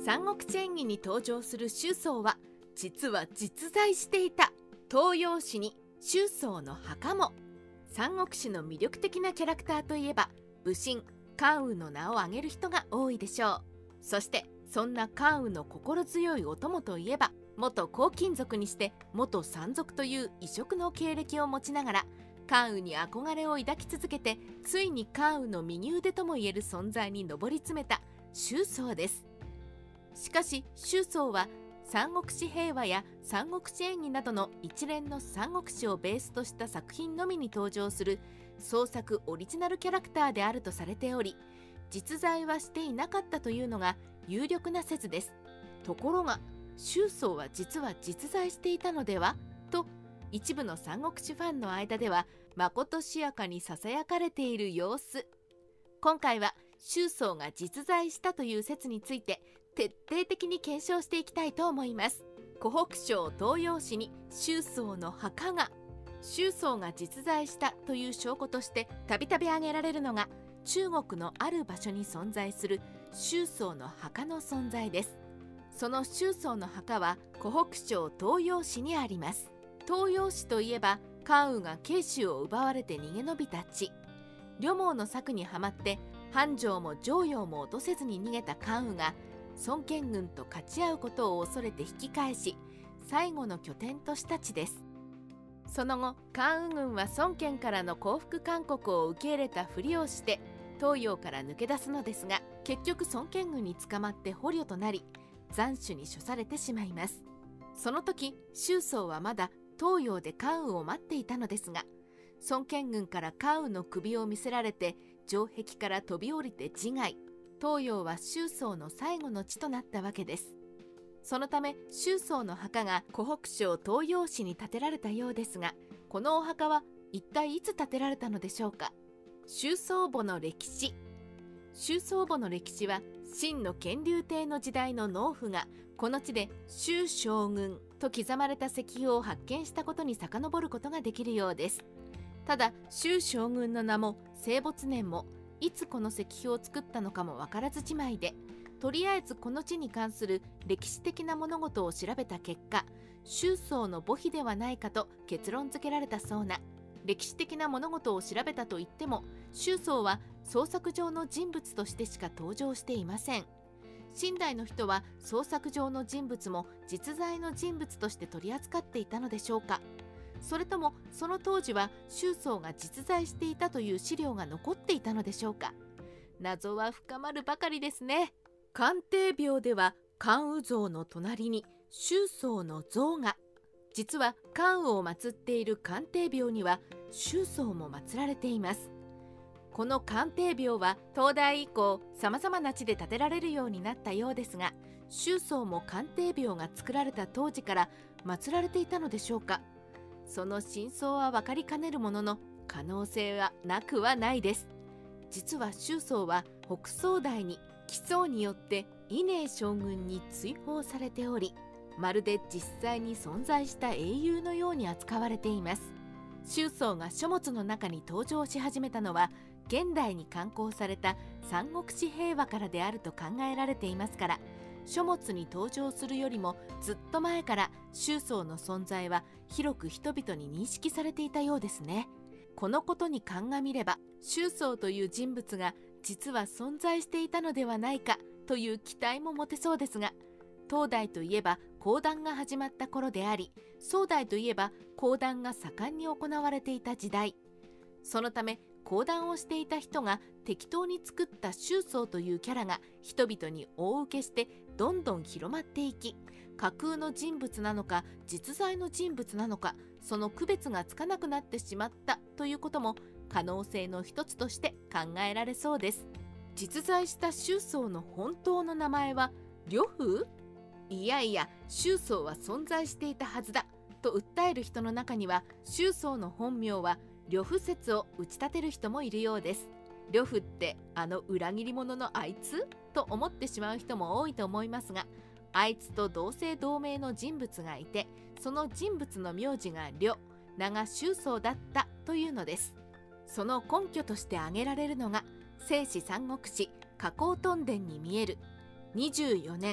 三国志演義に登場する周宗は実は実在していた。東洋史に周宗の墓も。三国志の魅力的なキャラクターといえば武神関羽の名を挙げる人が多いでしょう。そしてそんな関羽の心強いお供といえば、元黄巾族にして元山賊という異色の経歴を持ちながら関羽に憧れを抱き続けて、ついに関羽の右腕ともいえる存在に上り詰めた周宗です。しかし周宗は三国志平和や三国志演義などの一連の三国志をベースとした作品のみに登場する創作オリジナルキャラクターであるとされており、実在はしていなかったというのが有力な説です。ところが周宗は実は実在していたのではと、一部の三国志ファンの間ではまことしやかにささやかれている様子。今回は周宗が実在したという説について徹底的に検証していきたいと思います。湖北省東洋市に周宗の墓が。周宗が実在したという証拠としてたびたび挙げられるのが、中国のある場所に存在する周宗の墓の存在です。その周宗の墓は湖北省東洋市にあります。東洋市といえば関羽が慶州を奪われて逃げ延びた地。呂蒙の策にはまって繁昌も襄陽も落とせずに逃げた関羽が孫権軍と勝ち合うことを恐れて引き返し、最後の拠点とした地です。その後関羽軍は孫権からの降伏勧告を受け入れたふりをして東洋から抜け出すのですが、結局孫権軍に捕まって捕虜となり斬首に処されてしまいます。その時周宗はまだ東洋で関羽を待っていたのですが、孫権軍から関羽の首を見せられて城壁から飛び降りて自害。東洋は周宗の最後の地となったわけです。そのため周宗の墓が湖北省東洋市に建てられたようですが、このお墓は一体いつ建てられたのでしょうか。周宗墓の歴史。周宗墓の歴史は秦の乾隆帝の時代の農夫がこの地で周将軍と刻まれた石碑を発見したことに遡ることができるようです。ただ周将軍の名も生没年もいつこの石碑を作ったのかも分からずじまいで、とりあえずこの地に関する歴史的な物事を調べた結果、周宗の墓碑ではないかと結論付けられたそうな。歴史的な物事を調べたといっても、周宗は創作上の人物としてしか登場していません。清代の人は創作上の人物も実在の人物として取り扱っていたのでしょうか。それともその当時は周宗が実在していたという資料が残っていたのでしょうか。謎は深まるばかりですね。関帝廟では関羽像の隣に周宗の像が。実は関羽を祀っている関帝廟には周宗も祀られています。この関帝廟は東大以降さまざまな地で建てられるようになったようですが、周宗も関帝廟が作られた当時から祀られていたのでしょうか。その真相は分かりかねるものの、可能性はなくはないです。実は周宗は北宋代に帰宋によって伊寧将軍に追放されており、まるで実際に存在した英雄のように扱われています。周宗が書物の中に登場し始めたのは現代に刊行された三国志平和からであると考えられていますから、書物に登場するよりもずっと前から周宗の存在は広く人々に認識されていたようですね。このことに鑑みれば、周宗という人物が実は存在していたのではないかという期待も持てそうですが、東代といえば講談が始まった頃であり、宋代といえば講談が盛んに行われていた時代。そのため講談をしていた人が適当に作った周宗というキャラが人々に大受けしてどんどん広まっていき、架空の人物なのか実在の人物なのか、その区別がつかなくなってしまったということも可能性の一つとして考えられそうです。実在した周宗の本当の名前は呂布？いやいや、周宗は存在していたはずだと訴える人の中には、周宗の本名は呂布説を打ち立てる人もいるようです。呂布ってあの裏切り者のあいつと思ってしまう人も多いと思いますが、あいつと同姓同名の人物がいて、その人物の名字が呂、名が周宗だったというのです。その根拠として挙げられるのが正史三国志加工屯田に見える24年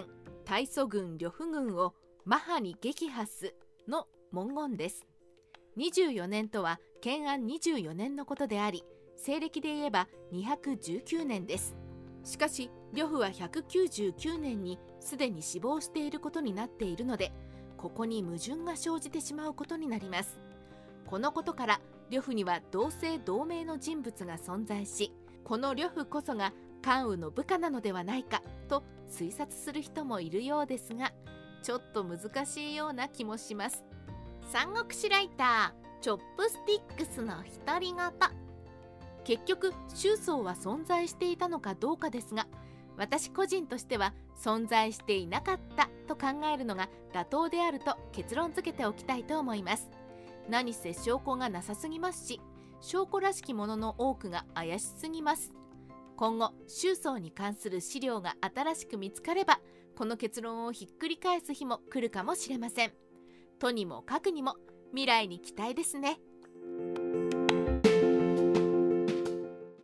大祖軍呂布軍をマハに撃破すの文言です。24年とは建安24年のことであり、西暦で言えば219年です。しかし呂布は199年にすでに死亡していることになっているので、ここに矛盾が生じてしまうことになります。このことから呂布には同姓同名の人物が存在し、この呂布こそが関羽の部下なのではないかと推察する人もいるようですが、ちょっと難しいような気もします。三国志ライターチョップスティックスの独り言。結局周宗は存在していたのかどうかですが、私個人としては存在していなかったと考えるのが妥当であると結論付けておきたいと思います。何せ証拠がなさすぎますし、証拠らしきものの多くが怪しすぎます。今後周宗に関する資料が新しく見つかれば、この結論をひっくり返す日も来るかもしれません。とにもかくにも未来に期待ですね。